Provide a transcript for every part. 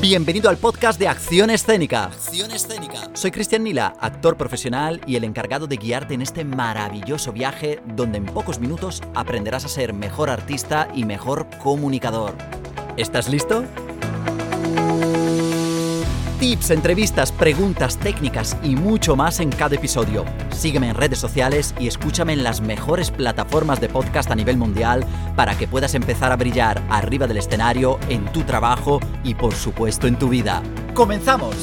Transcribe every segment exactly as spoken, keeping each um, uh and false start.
Bienvenido al podcast de Acción Escénica. Acción Escénica. Soy Cristian Nila, actor profesional y el encargado de guiarte en este maravilloso viaje donde en pocos minutos aprenderás a ser mejor artista y mejor comunicador. ¿Estás listo? Tips, entrevistas, preguntas, técnicas y mucho más en cada episodio. Sígueme en redes sociales y escúchame en las mejores plataformas de podcast a nivel mundial para que puedas empezar a brillar arriba del escenario, en tu trabajo y por supuesto en tu vida. ¡Comenzamos!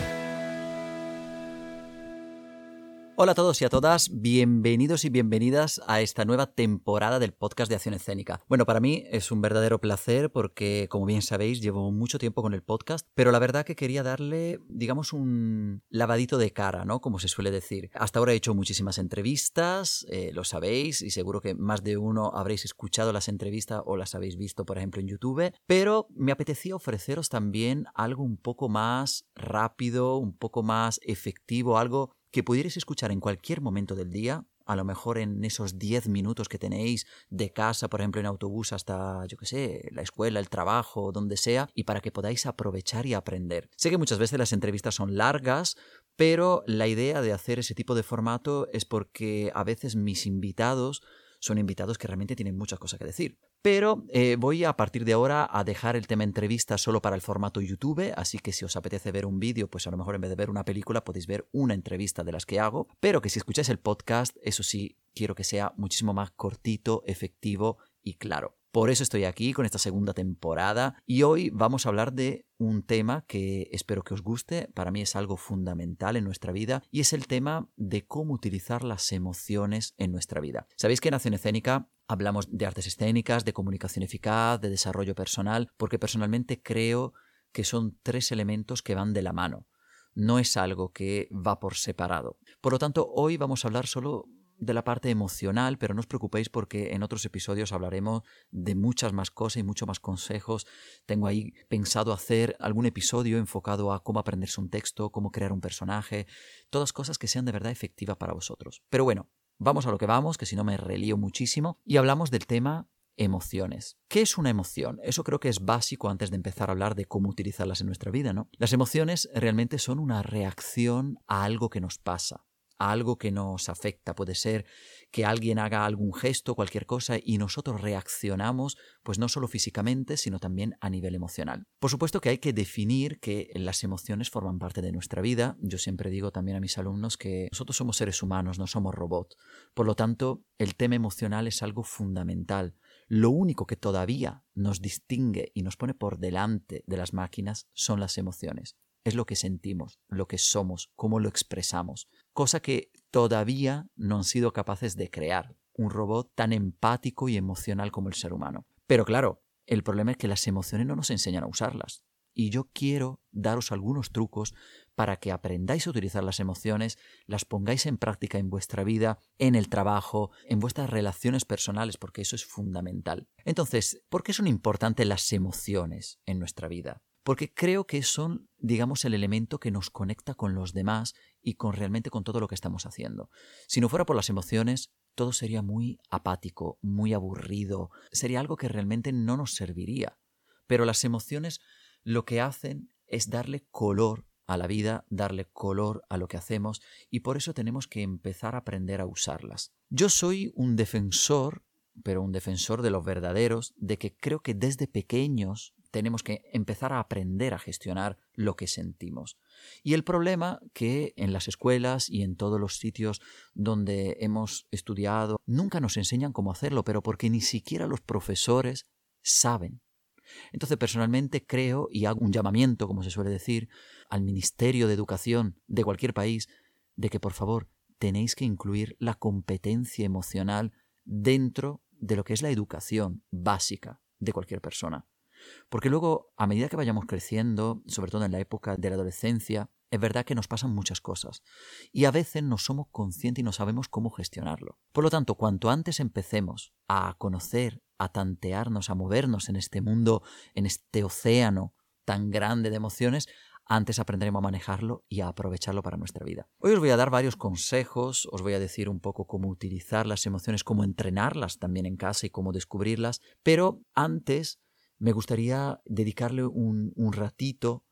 Hola a todos y a todas, bienvenidos y bienvenidas a esta nueva temporada del podcast de Acción Escénica. Bueno, para mí es un verdadero placer porque, como bien sabéis, llevo mucho tiempo con el podcast, pero la verdad que quería darle, digamos, un lavadito de cara, ¿no? Como se suele decir. Hasta ahora he hecho muchísimas entrevistas, eh, lo sabéis, y seguro que más de uno habréis escuchado las entrevistas o las habéis visto, por ejemplo, en YouTube, pero me apetecía ofreceros también algo un poco más rápido, un poco más efectivo, algo que pudierais escuchar en cualquier momento del día, a lo mejor en esos diez minutos que tenéis de casa, por ejemplo, en autobús hasta, yo qué sé, la escuela, el trabajo, donde sea, y para que podáis aprovechar y aprender. Sé que muchas veces las entrevistas son largas, pero la idea de hacer ese tipo de formato es porque a veces mis invitados son invitados que realmente tienen muchas cosas que decir. Pero eh, voy a partir de ahora a dejar el tema entrevista solo para el formato YouTube, así que si os apetece ver un vídeo, pues a lo mejor en vez de ver una película podéis ver una entrevista de las que hago, pero que si escucháis el podcast, eso sí, quiero que sea muchísimo más cortito, efectivo y claro. Por eso estoy aquí con esta segunda temporada y hoy vamos a hablar de un tema que espero que os guste, para mí es algo fundamental en nuestra vida y es el tema de cómo utilizar las emociones en nuestra vida. Sabéis que en Acción Escénica hablamos de artes escénicas, de comunicación eficaz, de desarrollo personal, porque personalmente creo que son tres elementos que van de la mano. No es algo que va por separado. Por lo tanto, hoy vamos a hablar solo de la parte emocional, pero no os preocupéis porque en otros episodios hablaremos de muchas más cosas y muchos más consejos. Tengo ahí pensado hacer algún episodio enfocado a cómo aprenderse un texto, cómo crear un personaje, todas cosas que sean de verdad efectivas para vosotros. Pero bueno, vamos a lo que vamos, que si no me relío muchísimo, y hablamos del tema emociones. ¿Qué es una emoción? Eso creo que es básico antes de empezar a hablar de cómo utilizarlas en nuestra vida, ¿no? Las emociones realmente son una reacción a algo que nos pasa, a algo que nos afecta. Puede ser que alguien haga algún gesto, cualquier cosa, y nosotros reaccionamos, pues no solo físicamente, sino también a nivel emocional. Por supuesto que hay que definir que las emociones forman parte de nuestra vida. Yo siempre digo también a mis alumnos que nosotros somos seres humanos, no somos robots. Por lo tanto, el tema emocional es algo fundamental. Lo único que todavía nos distingue y nos pone por delante de las máquinas son las emociones. Es lo que sentimos, lo que somos, cómo lo expresamos. Cosa que todavía no han sido capaces de crear un robot tan empático y emocional como el ser humano. Pero claro, el problema es que las emociones no nos enseñan a usarlas. Y yo quiero daros algunos trucos para que aprendáis a utilizar las emociones, las pongáis en práctica en vuestra vida, en el trabajo, en vuestras relaciones personales, porque eso es fundamental. Entonces, ¿por qué son importantes las emociones en nuestra vida? Porque creo que son, digamos, el elemento que nos conecta con los demás y con realmente con todo lo que estamos haciendo. Si no fuera por las emociones, todo sería muy apático, muy aburrido, sería algo que realmente no nos serviría. Pero las emociones lo que hacen es darle color a la vida, darle color a lo que hacemos y por eso tenemos que empezar a aprender a usarlas. Yo soy un defensor, pero un defensor de los verdaderos, de que creo que desde pequeños tenemos que empezar a aprender a gestionar lo que sentimos. Y el problema que en las escuelas y en todos los sitios donde hemos estudiado nunca nos enseñan cómo hacerlo, pero porque ni siquiera los profesores saben. Entonces, personalmente creo y hago un llamamiento, como se suele decir, al Ministerio de Educación de cualquier país, de que por favor tenéis que incluir la competencia emocional dentro de lo que es la educación básica de cualquier persona. Porque luego, a medida que vayamos creciendo, sobre todo en la época de la adolescencia, es verdad que nos pasan muchas cosas y a veces no somos conscientes y no sabemos cómo gestionarlo. Por lo tanto, cuanto antes empecemos a conocer, a tantearnos, a movernos en este mundo, en este océano tan grande de emociones, antes aprenderemos a manejarlo y a aprovecharlo para nuestra vida. Hoy os voy a dar varios consejos, os voy a decir un poco cómo utilizar las emociones, cómo entrenarlas también en casa y cómo descubrirlas, pero antes me gustaría dedicarle un, un ratito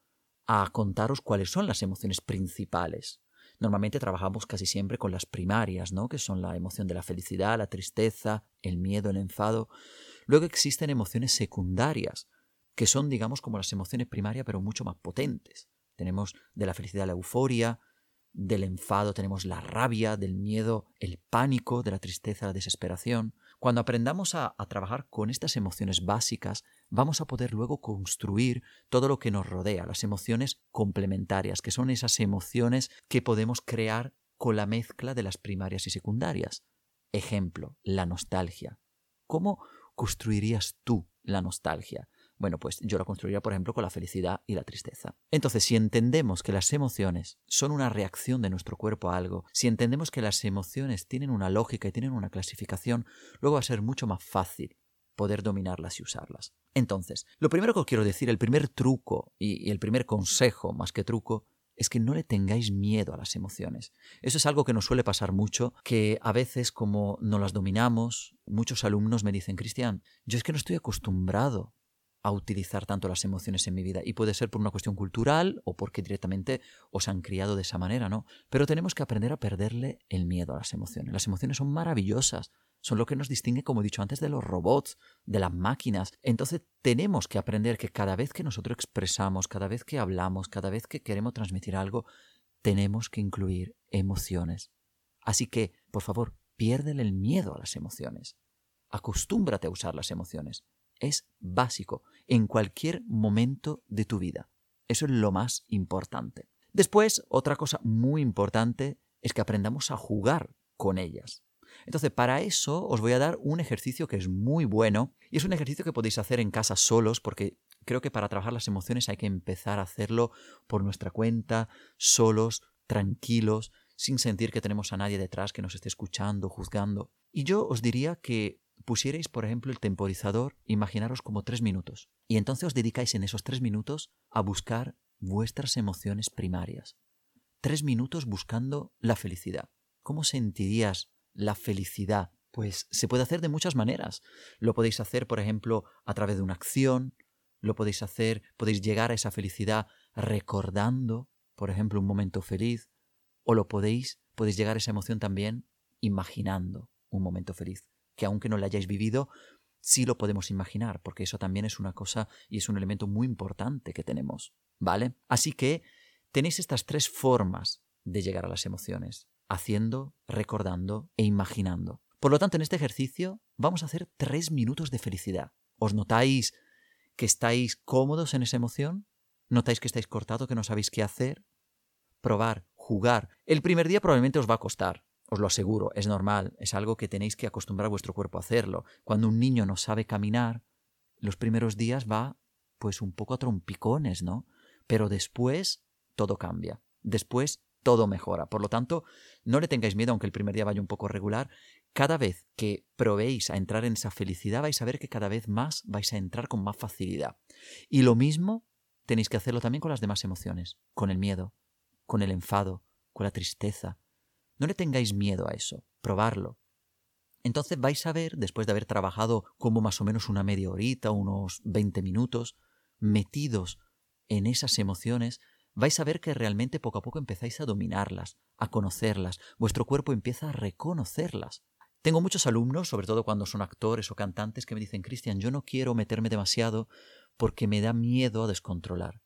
a contaros cuáles son las emociones principales. Normalmente trabajamos casi siempre con las primarias, ¿no? Que son la emoción de la felicidad, la tristeza, el miedo, el enfado. Luego existen emociones secundarias, que son, digamos, como las emociones primarias, pero mucho más potentes. Tenemos de la felicidad la euforia, del enfado tenemos la rabia, del miedo el pánico, de la tristeza la desesperación. Cuando aprendamos a, a trabajar con estas emociones básicas, vamos a poder luego construir todo lo que nos rodea, las emociones complementarias, que son esas emociones que podemos crear con la mezcla de las primarias y secundarias. Ejemplo, la nostalgia. ¿Cómo construirías tú la nostalgia? Bueno, pues yo la construiría, por ejemplo, con la felicidad y la tristeza. Entonces, si entendemos que las emociones son una reacción de nuestro cuerpo a algo, si entendemos que las emociones tienen una lógica y tienen una clasificación, luego va a ser mucho más fácil poder dominarlas y usarlas. Entonces, lo primero que os quiero decir, el primer truco y el primer consejo, más que truco, es que no le tengáis miedo a las emociones. Eso es algo que nos suele pasar mucho, que a veces como no las dominamos, muchos alumnos me dicen, Cristian, yo es que no estoy acostumbrado a utilizar tanto las emociones en mi vida. Y puede ser por una cuestión cultural o porque directamente os han criado de esa manera, ¿no? Pero tenemos que aprender a perderle el miedo a las emociones. Las emociones son maravillosas. Son lo que nos distingue, como he dicho antes, de los robots, de las máquinas. Entonces tenemos que aprender que cada vez que nosotros expresamos, cada vez que hablamos, cada vez que queremos transmitir algo, tenemos que incluir emociones. Así que, por favor, piérdele el miedo a las emociones. Acostúmbrate a usar las emociones. Es básico en cualquier momento de tu vida. Eso es lo más importante. Después, otra cosa muy importante es que aprendamos a jugar con ellas. Entonces, para eso os voy a dar un ejercicio que es muy bueno y es un ejercicio que podéis hacer en casa solos porque creo que para trabajar las emociones hay que empezar a hacerlo por nuestra cuenta, solos, tranquilos, sin sentir que tenemos a nadie detrás que nos esté escuchando, juzgando. Y yo os diría que pusierais, por ejemplo, el temporizador, imaginaros como tres minutos. Y entonces os dedicáis en esos tres minutos a buscar vuestras emociones primarias. Tres minutos buscando la felicidad. ¿Cómo sentirías la felicidad? Pues se puede hacer de muchas maneras. Lo podéis hacer, por ejemplo, a través de una acción. Lo podéis hacer, podéis llegar a esa felicidad recordando, por ejemplo, un momento feliz. O lo podéis, podéis llegar a esa emoción también imaginando un momento feliz, que aunque no lo hayáis vivido, sí lo podemos imaginar, porque eso también es una cosa y es un elemento muy importante que tenemos, ¿vale? Así que tenéis estas tres formas de llegar a las emociones, haciendo, recordando e imaginando. Por lo tanto, en este ejercicio vamos a hacer tres minutos de felicidad. ¿Os notáis que estáis cómodos en esa emoción? ¿Notáis que estáis cortados, que no sabéis qué hacer? Probar, jugar. El primer día probablemente os va a costar. Os lo aseguro, es normal, es algo que tenéis que acostumbrar a vuestro cuerpo a hacerlo. Cuando un niño no sabe caminar, los primeros días va pues un poco a trompicones, ¿no? Pero después todo cambia, después todo mejora. Por lo tanto, no le tengáis miedo aunque el primer día vaya un poco regular. Cada vez que probéis a entrar en esa felicidad vais a ver que cada vez más vais a entrar con más facilidad. Y lo mismo tenéis que hacerlo también con las demás emociones, con el miedo, con el enfado, con la tristeza. No le tengáis miedo a eso, probarlo. Entonces vais a ver, después de haber trabajado como más o menos una media horita, unos veinte minutos, metidos en esas emociones, vais a ver que realmente poco a poco empezáis a dominarlas, a conocerlas. Vuestro cuerpo empieza a reconocerlas. Tengo muchos alumnos, sobre todo cuando son actores o cantantes, que me dicen, Cristian, yo no quiero meterme demasiado porque me da miedo a descontrolar.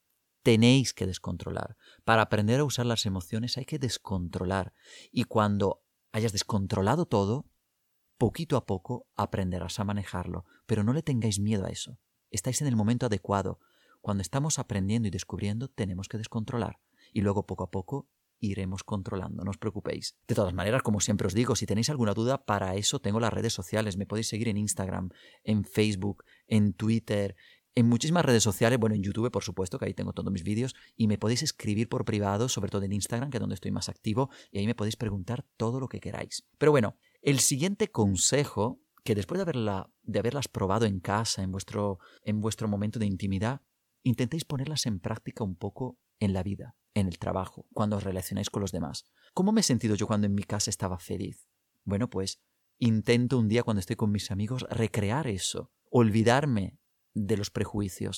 Tenéis que descontrolar. Para aprender a usar las emociones hay que descontrolar. Y cuando hayas descontrolado todo, poquito a poco aprenderás a manejarlo. Pero no le tengáis miedo a eso. Estáis en el momento adecuado. Cuando estamos aprendiendo y descubriendo, tenemos que descontrolar. Y luego poco a poco iremos controlando, no os preocupéis. De todas maneras, como siempre os digo, si tenéis alguna duda, para eso tengo las redes sociales. Me podéis seguir en Instagram, en Facebook, en Twitter, en muchísimas redes sociales, bueno, en YouTube, por supuesto, que ahí tengo todos mis vídeos, y me podéis escribir por privado, sobre todo en Instagram, que es donde estoy más activo, y ahí me podéis preguntar todo lo que queráis. Pero bueno, el siguiente consejo, que después de, haberla, de haberlas probado en casa, en vuestro, en vuestro momento de intimidad, intentéis ponerlas en práctica un poco en la vida, en el trabajo, cuando os relacionáis con los demás. ¿Cómo me he sentido yo cuando en mi casa estaba feliz? Bueno, pues intento un día cuando estoy con mis amigos recrear eso, olvidarme de los prejuicios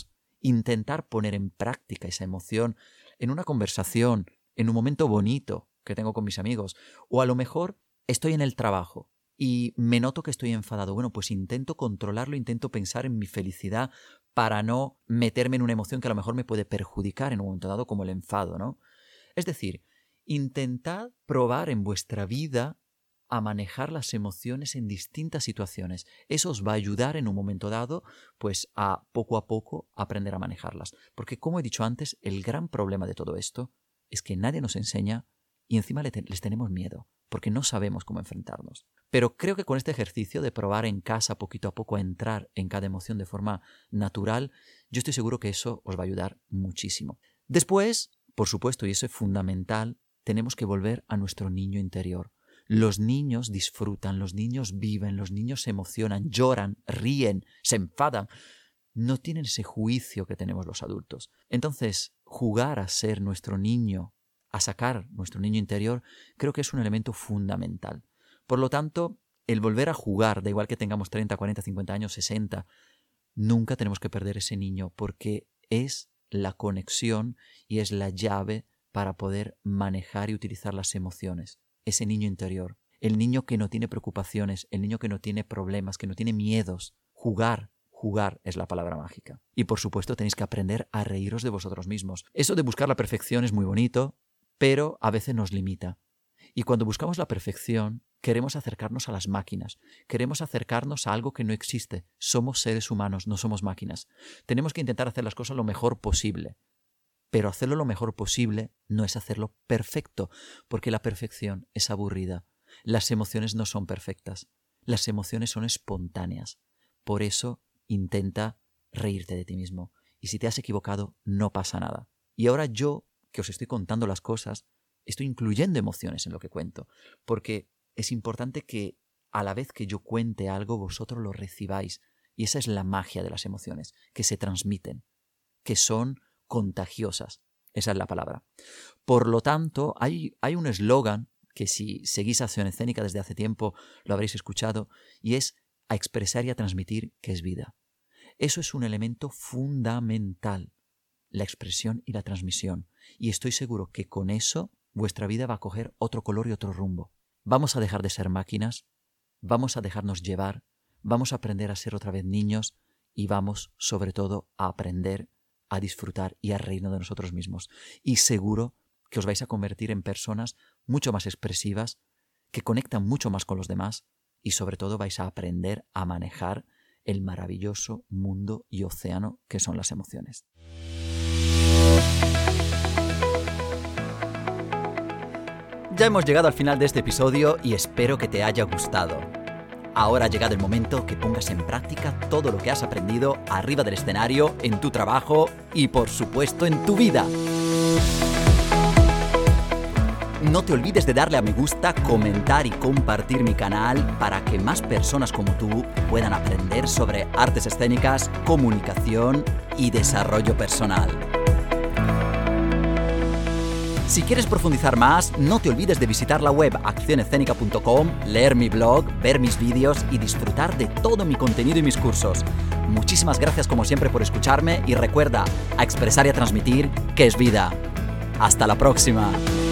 intentar poner en práctica esa emoción en una conversación, en un momento bonito que tengo con mis amigos, o a lo mejor estoy en el trabajo y me noto que estoy enfadado. Bueno, pues intento controlarlo, intento pensar en mi felicidad para no meterme en una emoción que a lo mejor me puede perjudicar en un momento dado, como el enfado, ¿no? Es decir, intentad probar en vuestra vida a manejar las emociones en distintas situaciones. Eso os va a ayudar en un momento dado, pues a poco a poco aprender a manejarlas. Porque, como he dicho antes, el gran problema de todo esto es que nadie nos enseña y encima les tenemos miedo, porque no sabemos cómo enfrentarnos. Pero creo que con este ejercicio de probar en casa poquito a poco a entrar en cada emoción de forma natural, yo estoy seguro que eso os va a ayudar muchísimo. Después, por supuesto, y eso es fundamental, tenemos que volver a nuestro niño interior. Los niños disfrutan, los niños viven, los niños se emocionan, lloran, ríen, se enfadan. No tienen ese juicio que tenemos los adultos. Entonces, jugar a ser nuestro niño, a sacar nuestro niño interior, creo que es un elemento fundamental. Por lo tanto, el volver a jugar, da igual que tengamos treinta, cuarenta, cincuenta años, sesenta, nunca tenemos que perder ese niño porque es la conexión y es la llave para poder manejar y utilizar las emociones. Ese niño interior, el niño que no tiene preocupaciones, el niño que no tiene problemas, que no tiene miedos. Jugar, jugar es la palabra mágica. Y por supuesto tenéis que aprender a reíros de vosotros mismos. Eso de buscar la perfección es muy bonito, pero a veces nos limita. Y cuando buscamos la perfección, queremos acercarnos a las máquinas, queremos acercarnos a algo que no existe. Somos seres humanos, no somos máquinas. Tenemos que intentar hacer las cosas lo mejor posible. Pero hacerlo lo mejor posible no es hacerlo perfecto, porque la perfección es aburrida. Las emociones no son perfectas. Las emociones son espontáneas. Por eso, intenta reírte de ti mismo. Y si te has equivocado, no pasa nada. Y ahora yo, que os estoy contando las cosas, estoy incluyendo emociones en lo que cuento, porque es importante que a la vez que yo cuente algo, vosotros lo recibáis. Y esa es la magia de las emociones, que se transmiten, que son contagiosas. Esa es la palabra. Por lo tanto, hay, hay un eslogan que si seguís Acción Escénica desde hace tiempo lo habréis escuchado, y es a expresar y a transmitir que es vida. Eso es un elemento fundamental, la expresión y la transmisión. Y estoy seguro que con eso vuestra vida va a coger otro color y otro rumbo. Vamos a dejar de ser máquinas, vamos a dejarnos llevar, vamos a aprender a ser otra vez niños y vamos, sobre todo, a aprender a disfrutar y a reírnos de nosotros mismos. Y seguro que os vais a convertir en personas mucho más expresivas, que conectan mucho más con los demás y sobre todo vais a aprender a manejar el maravilloso mundo y océano que son las emociones. Ya hemos llegado al final de este episodio y espero que te haya gustado. Ahora ha llegado el momento que pongas en práctica todo lo que has aprendido arriba del escenario, en tu trabajo y, por supuesto, en tu vida. No te olvides de darle a me gusta, comentar y compartir mi canal para que más personas como tú puedan aprender sobre artes escénicas, comunicación y desarrollo personal. Si quieres profundizar más, no te olvides de visitar la web acción escénica punto com, leer mi blog, ver mis vídeos y disfrutar de todo mi contenido y mis cursos. Muchísimas gracias como siempre por escucharme y recuerda, a expresar y a transmitir que es vida. ¡Hasta la próxima!